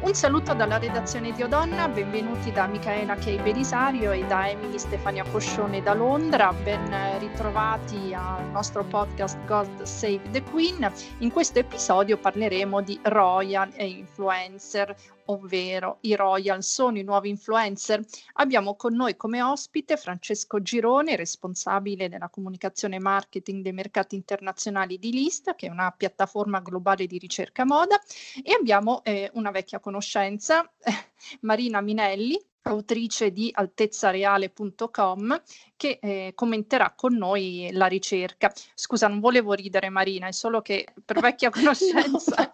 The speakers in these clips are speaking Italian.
Un saluto dalla redazione di Odonna, benvenuti da Micaela Kei Belisario e da Emily Stefania Coscione da Londra. Ben ritrovati al nostro podcast God Save the Queen. In questo episodio parleremo di royal e influencer, ovvero i royal sono i nuovi influencer. Abbiamo con noi come ospite Francesco Girone, responsabile della comunicazione e marketing dei mercati internazionali di List, che è una piattaforma globale di ricerca moda, e abbiamo una vecchia conoscenza, Marina Minelli, autrice di altezzareale.com, che commenterà con noi la ricerca. Scusa, non volevo ridere, Marina, è solo che per vecchia conoscenza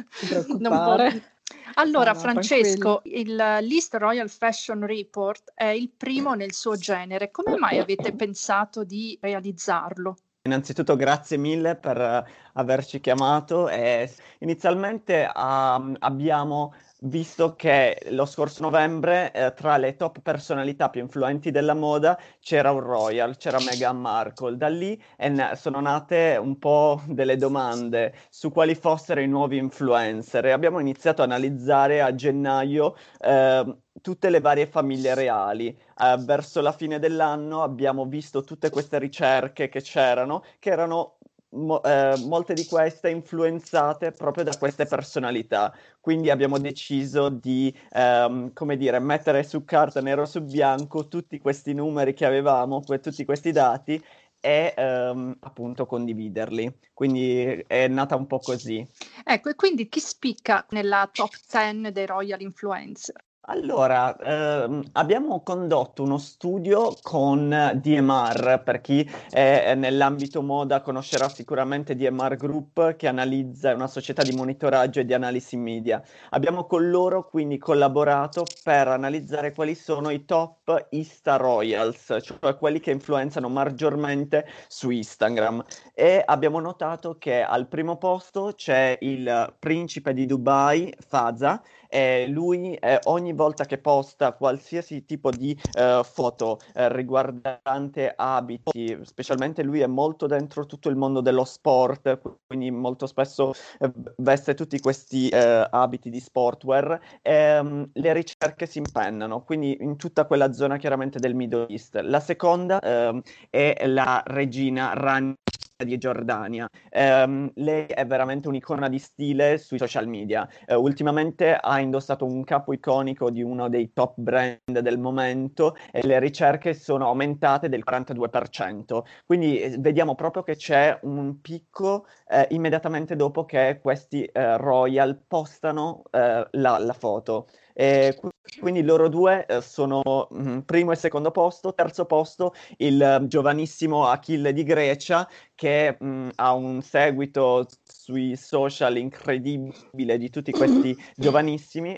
non voglio. Allora, No, Francesco, il List Royal Fashion Report è il primo nel suo genere. Come mai avete pensato di realizzarlo? Innanzitutto grazie mille per averci chiamato. Inizialmente abbiamo visto che lo scorso novembre tra le top personalità più influenti della moda c'era un royal, c'era Meghan Markle. Da lì sono nate un po' delle domande su quali fossero i nuovi influencer e abbiamo iniziato a analizzare a gennaio tutte le varie famiglie reali. Verso la fine dell'anno abbiamo visto tutte queste ricerche che c'erano, che erano molte di queste influenzate proprio da queste personalità. Quindi abbiamo deciso di, come dire, mettere su carta nero su bianco tutti questi numeri che avevamo, tutti questi dati e appunto condividerli. Quindi è nata un po' così. Ecco, e quindi chi spicca nella top 10 dei royal influencer? Allora, abbiamo condotto uno studio con DMR. Per chi è nell'ambito moda conoscerà sicuramente DMR Group, che analizza, è una società di monitoraggio e di analisi media. Abbiamo con loro quindi collaborato per analizzare quali sono i top Insta Royals, cioè quelli che influenzano maggiormente su Instagram. E abbiamo notato che al primo posto c'è il principe di Dubai, Fazza. Lui ogni volta che posta qualsiasi tipo di foto riguardante abiti, specialmente lui è molto dentro tutto il mondo dello sport, quindi molto spesso veste tutti questi abiti di sportwear, le ricerche si impennano, quindi in tutta quella zona chiaramente del Middle East. La seconda è la regina Rania di Giordania. Lei è veramente un'icona di stile sui social media. Ultimamente ha indossato un capo iconico di uno dei top brand del momento e le ricerche sono aumentate del 42%. Quindi vediamo proprio che c'è un picco immediatamente dopo che questi royal postano la foto. Quindi loro due sono primo e secondo posto. Terzo posto il giovanissimo Achille di Grecia, che ha un seguito sui social incredibile di tutti questi giovanissimi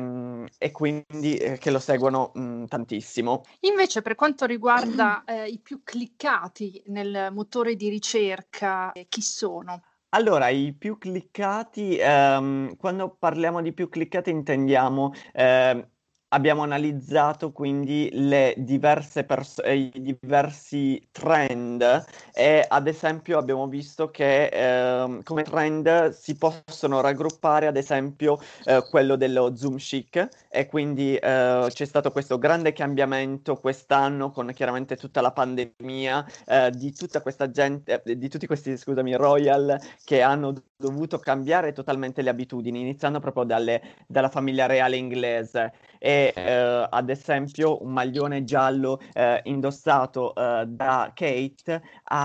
e quindi che lo seguono tantissimo. Invece, per quanto riguarda i più cliccati nel motore di ricerca, chi sono? Allora, i più cliccati, quando parliamo di più cliccati intendiamo, abbiamo analizzato quindi le diverse i diversi trend e ad esempio abbiamo visto che come trend si possono raggruppare ad esempio quello dello Zoom chic e quindi c'è stato questo grande cambiamento quest'anno con chiaramente tutta la pandemia di tutta questa gente, di tutti questi, scusami, royal che hanno dovuto cambiare totalmente le abitudini, iniziando proprio dalla famiglia reale inglese. E ad esempio un maglione giallo indossato da Kate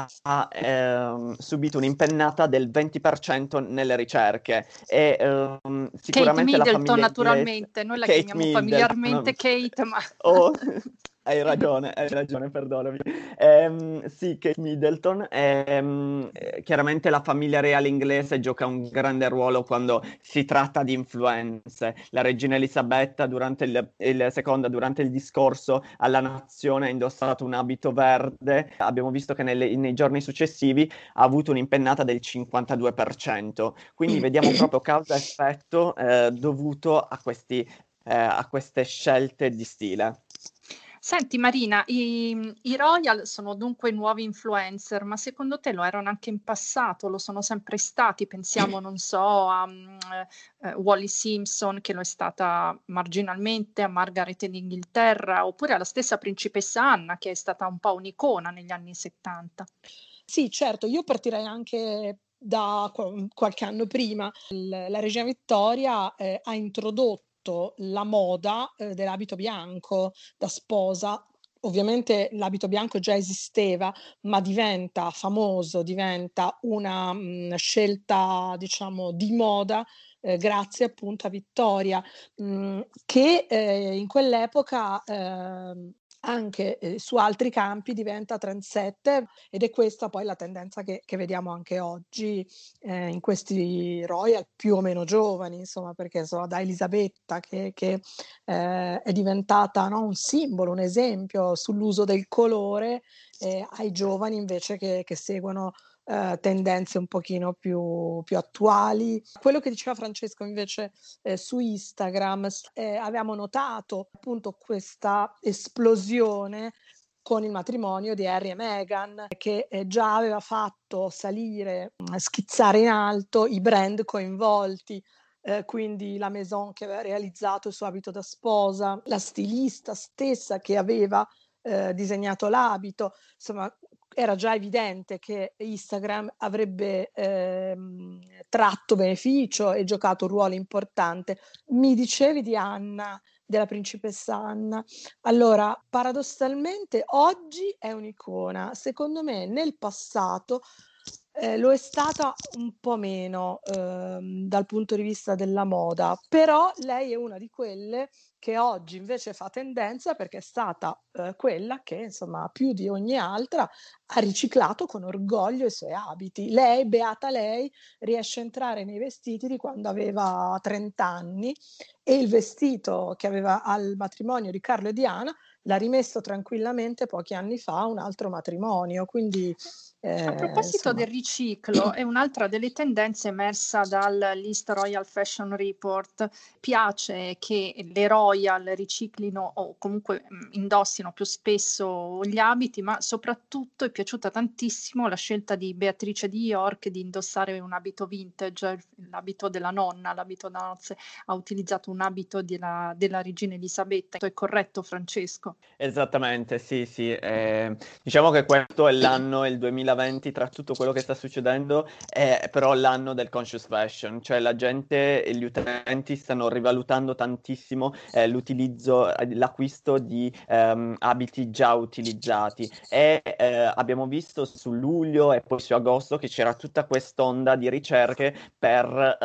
ha subito un'impennata del 20% nelle ricerche. E sicuramente Kate la Middleton, famiglia naturalmente, noi la Kate chiamiamo Middleton, familiarmente Kate, ma... Oh, hai ragione, perdonami. Sì, Kate Middleton. Chiaramente la famiglia reale inglese gioca un grande ruolo quando si tratta di influenze. La regina Elisabetta, durante il discorso alla nazione, ha indossato un abito verde. Abbiamo visto che nei giorni successivi ha avuto un'impennata del 52%. Quindi vediamo proprio causa-effetto dovuto a queste scelte di stile. Senti Marina, i royal sono dunque nuovi influencer, ma secondo te lo erano anche in passato? Lo sono sempre stati? Pensiamo, non so, a Wally Simpson, che lo è stata marginalmente, a Margaret d'Inghilterra, oppure alla stessa principessa Anna, che è stata un po' un'icona negli anni 70. Sì, certo, io partirei anche da qualche anno prima. La regina Vittoria ha introdotto la moda dell'abito bianco da sposa. Ovviamente l'abito bianco già esisteva, ma diventa famoso, diventa una scelta, diciamo, di moda grazie appunto a Vittoria, che in quell'epoca anche su altri campi diventa trendsetter, ed è questa poi la tendenza che vediamo anche oggi in questi royal più o meno giovani, insomma, perché insomma, da Elisabetta che è diventata, no, un simbolo, un esempio sull'uso del colore, ai giovani invece che seguono tendenze un pochino più attuali. Quello che diceva Francesco invece su Instagram, abbiamo notato appunto questa esplosione con il matrimonio di Harry e Meghan, che già aveva fatto salire, schizzare in alto i brand coinvolti. Quindi la Maison che aveva realizzato il suo abito da sposa, la stilista stessa che aveva disegnato l'abito, insomma era già evidente che Instagram avrebbe tratto beneficio e giocato un ruolo importante. Mi dicevi di Anna, della principessa Anna. Allora, paradossalmente oggi è un'icona, secondo me nel passato lo è stata un po' meno dal punto di vista della moda, però lei è una di quelle che oggi invece fa tendenza perché è stata quella che, insomma, più di ogni altra ha riciclato con orgoglio i suoi abiti. Lei, beata lei, riesce a entrare nei vestiti di quando aveva 30 anni, e il vestito che aveva al matrimonio di Carlo e Diana l'ha rimesso tranquillamente pochi anni fa a un altro matrimonio, quindi A proposito insomma. del riciclo, è un'altra delle tendenze emersa dal List Royal Fashion Report. Piace che le Royal riciclino o comunque indossino più spesso gli abiti, ma soprattutto è piaciuta tantissimo la scelta di Beatrice di York di indossare un abito vintage, l'abito della nonna, l'abito da nozze. Ha utilizzato un abito della regina Elisabetta. È corretto, Francesco? Esattamente, sì, sì. Diciamo che questo è l'anno, il 2020, tra tutto quello che sta succedendo, è però l'anno del conscious fashion, cioè la gente e gli utenti stanno rivalutando tantissimo l'utilizzo, l'acquisto di abiti già utilizzati, e abbiamo visto su luglio e poi su agosto che c'era tutta quest'onda di ricerche per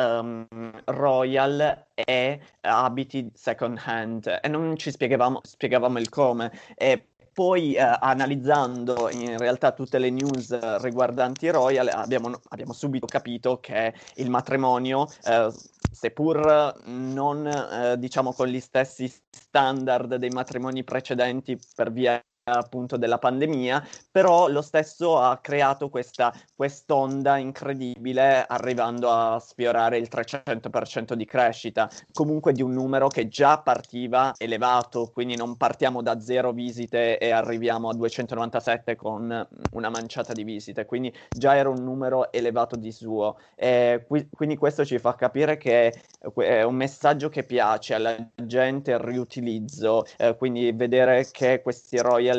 Royal e abiti second hand, e non ci spiegavamo il come. E poi analizzando in realtà tutte le news riguardanti Royal abbiamo subito capito che il matrimonio, seppur non diciamo con gli stessi standard dei matrimoni precedenti per via appunto della pandemia, però lo stesso ha creato quest'onda incredibile, arrivando a sfiorare il 300% di crescita, comunque di un numero che già partiva elevato, quindi non partiamo da 0 visite e arriviamo a 297 con una manciata di visite, quindi già era un numero elevato di suo. Quindi questo ci fa capire che è un messaggio che piace alla gente, il riutilizzo, quindi vedere che questi Royal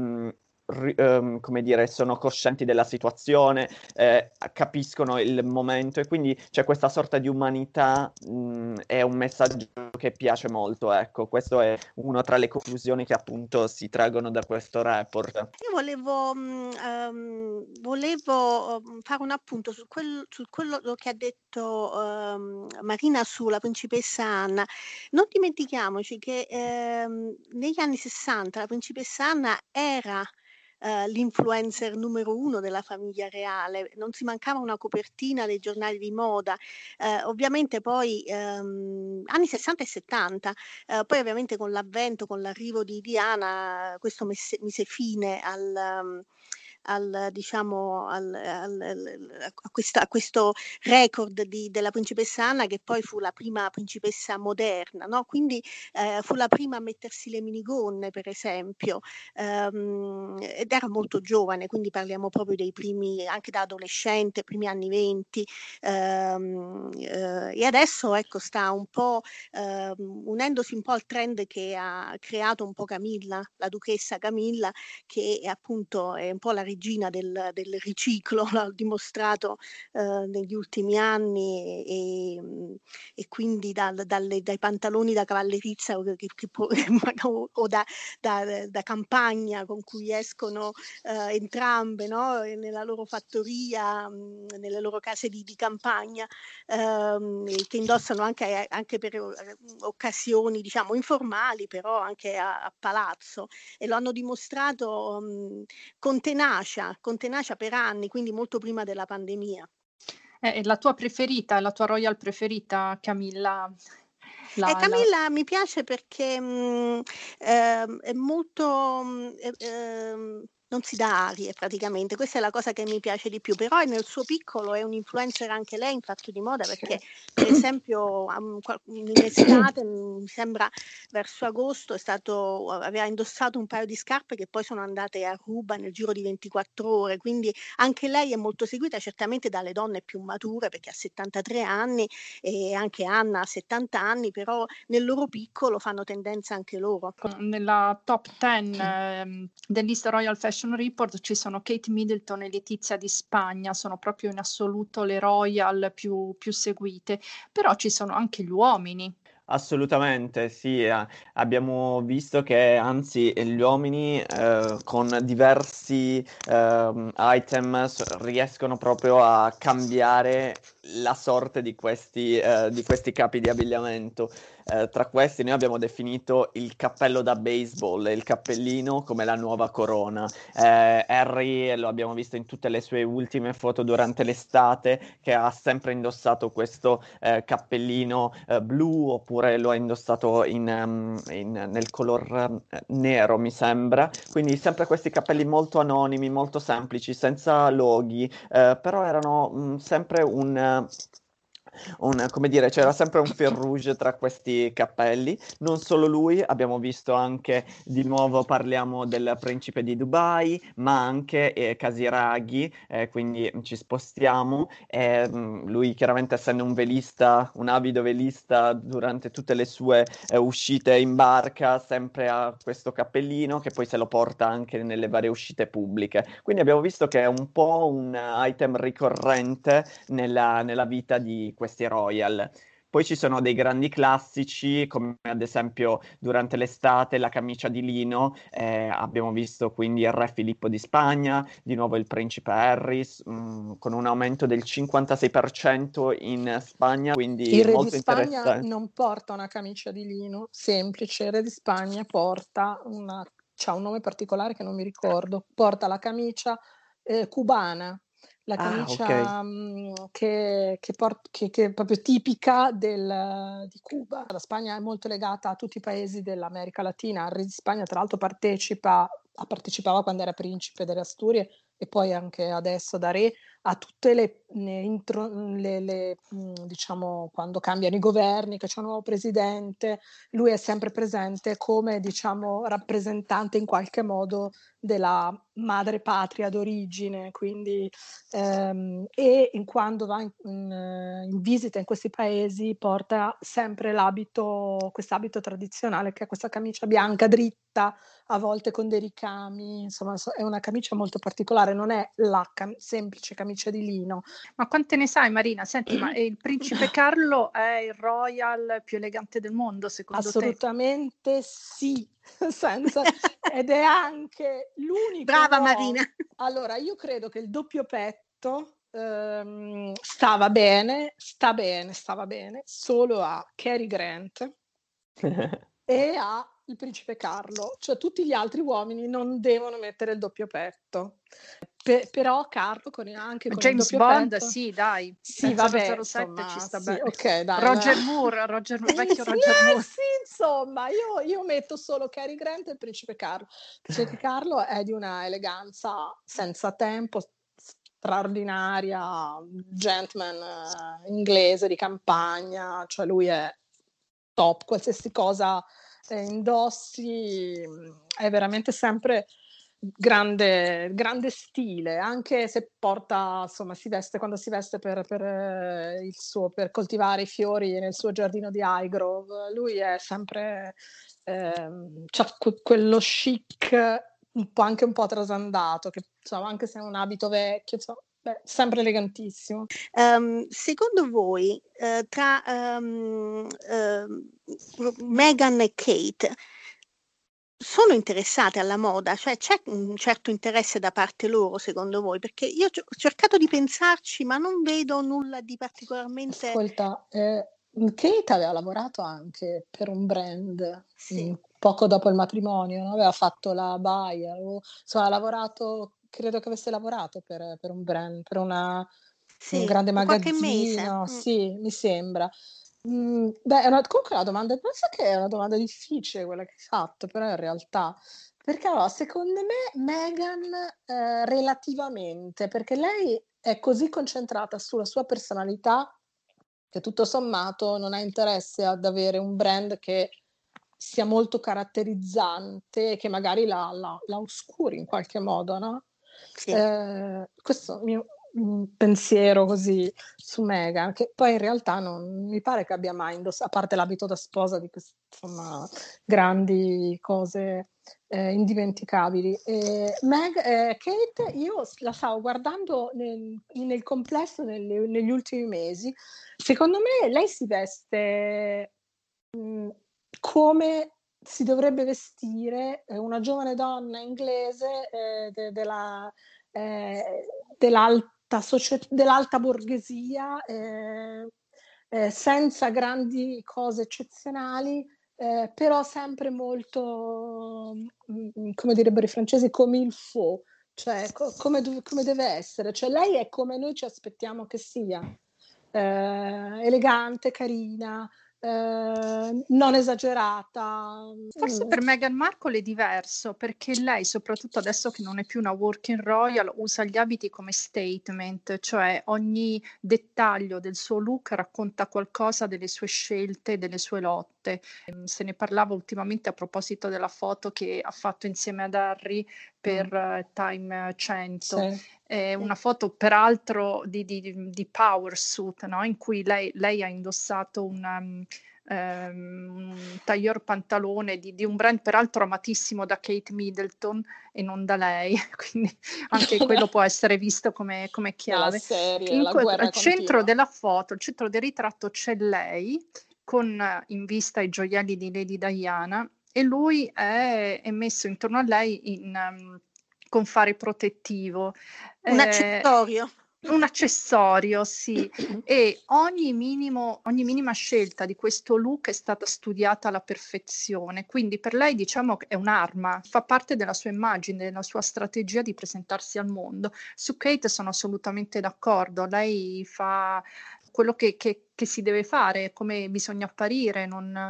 come dire, sono coscienti della situazione, capiscono il momento, e quindi c'è questa sorta di umanità, è un messaggio che piace molto, ecco. Questo è una tra le conclusioni che appunto si traggono da questo report. Io volevo fare un appunto su quello che ha detto Marina sulla principessa Anna. Non dimentichiamoci che negli anni 60 la principessa Anna era l'influencer numero 1 della famiglia reale, non si mancava una copertina dei giornali di moda, ovviamente poi anni 60 e 70, poi ovviamente con l'avvento, con l'arrivo di Diana, questo mise fine diciamo, a questo record della principessa Anna, che poi fu la prima principessa moderna, no? Quindi fu la prima a mettersi le minigonne, per esempio, ed era molto giovane, quindi parliamo proprio dei primi, anche da adolescente, primi anni 20, e adesso ecco sta un po' unendosi un po' al trend che ha creato un po' Camilla, la duchessa Camilla, che è appunto è un po' la regina del riciclo, l'ha dimostrato negli ultimi anni, e quindi dai pantaloni da cavallerizza o da campagna con cui escono entrambe, no? Nella loro fattoria, nelle loro case di campagna, che indossano anche per occasioni, diciamo, informali, però anche a palazzo, e lo hanno dimostrato con tenacia per anni, quindi molto prima della pandemia. La tua preferita, la tua royal preferita, Camilla? Camilla mi piace perché è molto non si dà arie praticamente, questa è la cosa che mi piace di più, però nel suo piccolo è un influencer anche lei in fatto di moda, perché per esempio in estate, mi sembra verso agosto, aveva indossato un paio di scarpe che poi sono andate a ruba nel giro di 24 ore, quindi anche lei è molto seguita, certamente dalle donne più mature, perché ha 73 anni e anche Anna ha 70 anni, però nel loro piccolo fanno tendenza anche loro. Nella top 10 dell'East Royal Fashion Report ci sono Kate Middleton e Letizia di Spagna, sono proprio in assoluto le royal più seguite, però ci sono anche gli uomini. Assolutamente, sì, abbiamo visto che anzi gli uomini con diversi item riescono proprio a cambiare la sorte di questi capi di abbigliamento. Tra questi noi abbiamo definito il cappello da baseball e il cappellino come la nuova corona. Harry lo abbiamo visto in tutte le sue ultime foto durante l'estate, che ha sempre indossato questo cappellino blu, oppure lo ha indossato nel color nero, mi sembra. Quindi sempre questi cappelli molto anonimi, molto semplici, senza loghi, però erano sempre come dire, c'era sempre un fil rouge tra questi cappelli. Non solo lui, abbiamo visto anche, di nuovo parliamo del principe di Dubai, ma anche Casiraghi, quindi ci spostiamo. Lui chiaramente, essendo un velista, un avido velista, durante tutte le sue uscite in barca, sempre ha questo cappellino che poi se lo porta anche nelle varie uscite pubbliche. Quindi abbiamo visto che è un po' un item ricorrente nella vita di questi royal. Poi ci sono dei grandi classici, come ad esempio durante l'estate la camicia di lino, abbiamo visto quindi il re Filippo di Spagna, di nuovo il principe Harry, con un aumento del 56% in Spagna, quindi il re molto di Spagna interessante. non porta una camicia di lino semplice, il re di Spagna porta c'ha un nome particolare che non mi ricordo, porta la camicia cubana, la camicia che è proprio tipica di Cuba. La Spagna è molto legata a tutti i paesi dell'America Latina. Il re di Spagna, tra l'altro, partecipava quando era principe delle Asturie e poi anche adesso da re a tutte diciamo, quando cambiano i governi, che c'è un nuovo presidente, lui è sempre presente come, diciamo, rappresentante in qualche modo della madre patria d'origine, quindi quando va in visita in questi paesi porta sempre quest'abito tradizionale, che è questa camicia bianca dritta, a volte con dei ricami, insomma è una camicia molto particolare, non è la semplice camicia di lino. Ma quante ne sai, Marina? Senti, ma il principe Carlo è il royal più elegante del mondo, secondo Assolutamente sì, ed è anche l'unico Brava uomo. Marina. Allora, io credo che il doppio petto stava bene solo a Cary Grant e a il principe Carlo, cioè tutti gli altri uomini non devono mettere il doppio petto. Però Carlo anche con il James doppio Bond, petto, sì, dai, sì, vabbè, 007 ci insomma, sta sì, bene. ok, dai. Roger Moore, vecchio Roger Moore. Sì, insomma, io metto solo Cary Grant e il principe Carlo. Il principe Carlo è di una eleganza senza tempo, straordinaria, gentleman inglese di campagna, cioè lui è top, qualsiasi cosa indossi è veramente sempre grande stile, anche se porta, insomma, quando si veste per coltivare i fiori nel suo giardino di Highgrove, lui è sempre c'ha quello chic anche un po' trasandato, che insomma, anche se è un abito vecchio, insomma, sempre elegantissimo. Secondo voi, tra Meghan e Kate, sono interessate alla moda? Cioè c'è un certo interesse da parte loro, secondo voi? Perché io ho cercato di pensarci, ma non vedo nulla di particolarmente... Ascolta, Kate aveva lavorato anche per un brand Sì. poco dopo il matrimonio, no? Aveva fatto la buyer, insomma, ha lavorato, credo che avesse lavorato per un brand, per un grande qualche mese. magazzino, sì, mi sembra. Comunque la domanda, penso che è una domanda difficile quella che hai fatto, però in realtà, perché allora, secondo me Meghan relativamente, perché lei è così concentrata sulla sua personalità che tutto sommato non ha interesse ad avere un brand che sia molto caratterizzante e che magari la oscuri in qualche modo, no? Sì. Questo è il mio pensiero così su Meghan, che poi in realtà non mi pare che abbia mai indossato, a parte l'abito da sposa di queste, insomma, grandi cose indimenticabili. Kate, io la stavo guardando nel complesso negli ultimi mesi. Secondo me lei si veste come si dovrebbe vestire una giovane donna inglese dell'alta borghesia, senza grandi cose eccezionali, però sempre molto, come direbbero i francesi, comme il faut, cioè come deve essere. Cioè lei è come noi ci aspettiamo che sia, elegante, carina, non esagerata. Forse per Meghan Markle è diverso, perché lei, soprattutto adesso che non è più una working royal, usa gli abiti come statement, cioè ogni dettaglio del suo look racconta qualcosa delle sue scelte, delle sue lotte. Se ne parlava ultimamente a proposito della foto che ha fatto insieme ad Harry per Time 100. Sì. Una foto peraltro di power suit, no? In cui lei ha indossato un tailleur pantalone di un brand peraltro amatissimo da Kate Middleton e non da lei, quindi anche quello può essere visto come chiave. Serie, la guerra al centro continua. della foto, al centro del ritratto c'è lei con in vista i gioielli di Lady Diana e lui è messo intorno a lei con fare protettivo. Un accessorio. Un accessorio, sì, e ogni minima scelta di questo look è stata studiata alla perfezione, quindi per lei diciamo che è un'arma, fa parte della sua immagine, della sua strategia di presentarsi al mondo. Su Kate sono assolutamente d'accordo, lei fa quello che si deve fare, come bisogna apparire,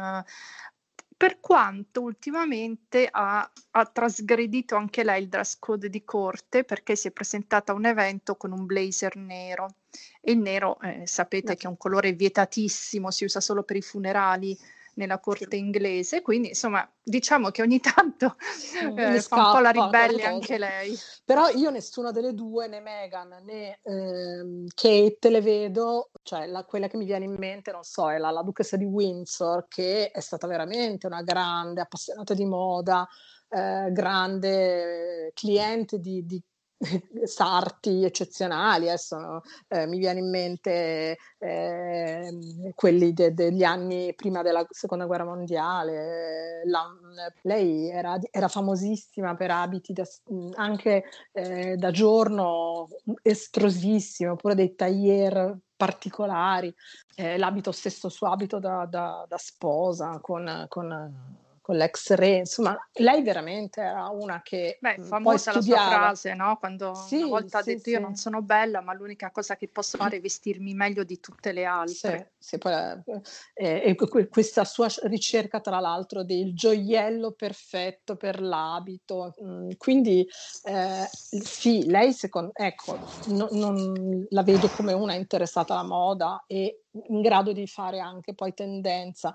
per quanto ultimamente ha trasgredito anche lei il dress code di corte, perché si è presentata a un evento con un blazer nero e il nero sapete che è un colore vietatissimo, si usa solo per i funerali nella corte inglese, quindi insomma diciamo che ogni tanto fa un po' la ribelle anche lei. Però io nessuna delle due, né Meghan né Kate, le vedo, cioè quella che mi viene in mente, non so, è la duchessa di Windsor, che è stata veramente una grande appassionata di moda, grande cliente di sarti eccezionali. Adesso mi viene in mente quelli degli anni prima della seconda guerra mondiale. Lei era famosissima per abiti anche da giorno estrosissimi, oppure dei tailleur particolari, l'abito stesso, suo abito da sposa con con l'ex re, insomma, lei veramente era una che Beh, poi famosa la sua studiava. frase, no? Quando una Sì, volta ha sì, detto io sì. non sono bella, ma l'unica cosa che posso fare è vestirmi meglio di tutte le altre. Sì, poi questa sua ricerca, tra l'altro, del gioiello perfetto per l'abito, quindi sì, lei ecco, non la vedo come una interessata alla moda e in grado di fare anche poi tendenza.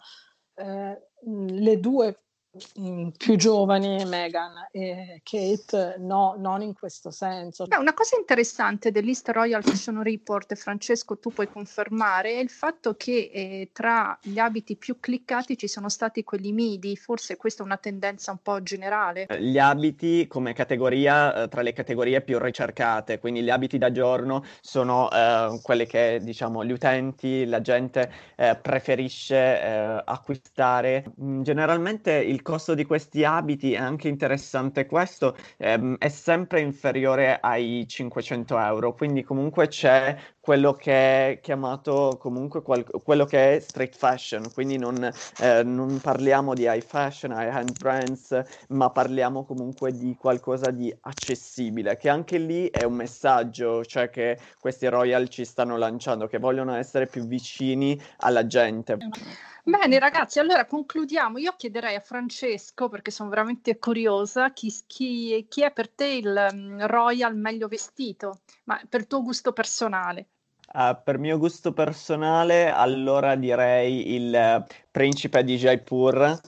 Le due più giovani, Meghan e Kate, no, non in questo senso. Una cosa interessante dell'East Royal Fashion Report, Francesco, tu puoi confermare, è il fatto che tra gli abiti più cliccati ci sono stati quelli midi, forse questa è una tendenza un po' generale. Gli abiti come categoria, tra le categorie più ricercate, quindi gli abiti da giorno sono quelle che, diciamo, gli utenti, la gente preferisce acquistare. Generalmente il costo di questi abiti, è anche interessante questo, è sempre inferiore ai 500 euro, quindi comunque c'è quello che è chiamato comunque quello che è street fashion, quindi non parliamo di high fashion, high-end brands, ma parliamo comunque di qualcosa di accessibile, che anche lì è un messaggio, cioè che questi royal ci stanno lanciando, che vogliono essere più vicini alla gente. Bene ragazzi, allora concludiamo. Io chiederei a Francesco, perché sono veramente curiosa, chi è per te il royal meglio vestito, ma per tuo gusto personale? Per mio gusto personale, allora direi il principe di Jaipur.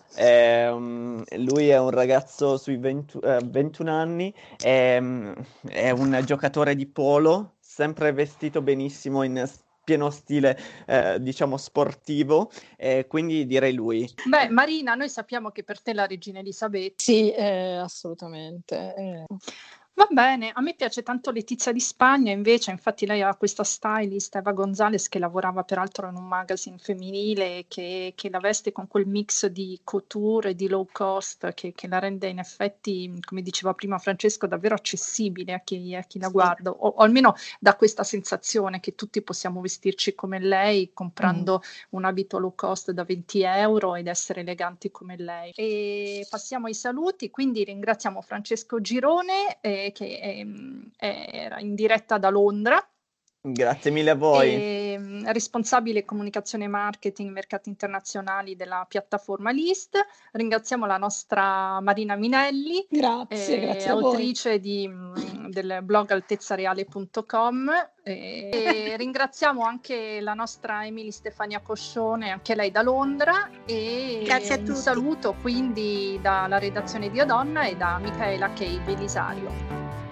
Lui è un ragazzo sui 21 anni, è un giocatore di polo, sempre vestito benissimo in pieno stile, diciamo, sportivo, quindi direi lui. Beh, Marina, noi sappiamo che per te è la regina Elisabetta. Sì, assolutamente. Va bene, a me piace tanto Letizia di Spagna, invece, infatti lei ha questa stylist, Eva Gonzalez, che lavorava peraltro in un magazine femminile, che la veste con quel mix di couture e di low cost, che la rende in effetti, come diceva prima Francesco, davvero accessibile a chi la guarda, o almeno dà questa sensazione che tutti possiamo vestirci come lei, comprando un abito low cost da 20 euro ed essere eleganti come lei. E passiamo ai saluti, quindi ringraziamo Francesco Girone, che era in diretta da Londra. Grazie mille a voi. Responsabile comunicazione e marketing mercati internazionali della piattaforma List. Ringraziamo la nostra Marina Minelli, grazie autrice del blog altezzareale.com, e ringraziamo anche la nostra Emily Stefania Coscione, anche lei da Londra, e grazie a tutti. Un saluto quindi dalla redazione di Adonna e da Micaela Kei Belisario.